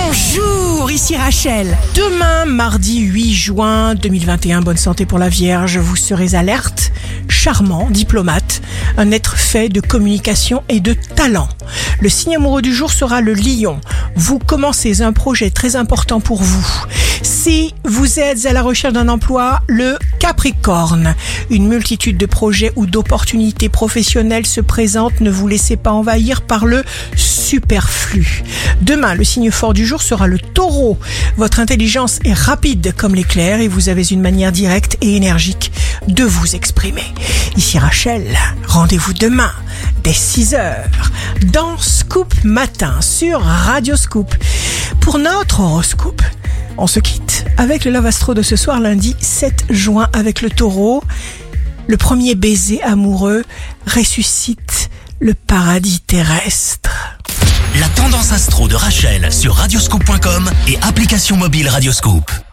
Bonjour, ici Rachel. Demain, mardi 8 juin 2021, bonne santé pour la Vierge. Vous serez alerte, charmant, diplomate, un être fait de communication et de talent. Le signe amoureux du jour sera le Lion. Vous commencez un projet très important pour vous. Si vous êtes à la recherche d'un emploi, le Capricorne. Une multitude de projets ou d'opportunités professionnelles se présentent. Ne vous laissez pas envahir par le superflu. Demain, le signe fort du jour sera le Taureau. Votre intelligence est rapide comme l'éclair et vous avez une manière directe et énergique de vous exprimer. Ici Rachel, rendez-vous demain dès 6h dans Scoop Matin sur Radio Scoop pour notre horoscope. On se quitte avec le Love Astro de ce soir, lundi 7 juin, avec le Taureau. Le premier baiser amoureux ressuscite le paradis terrestre. La tendance astro de Rachel sur radioscoop.com et application mobile Radioscoop.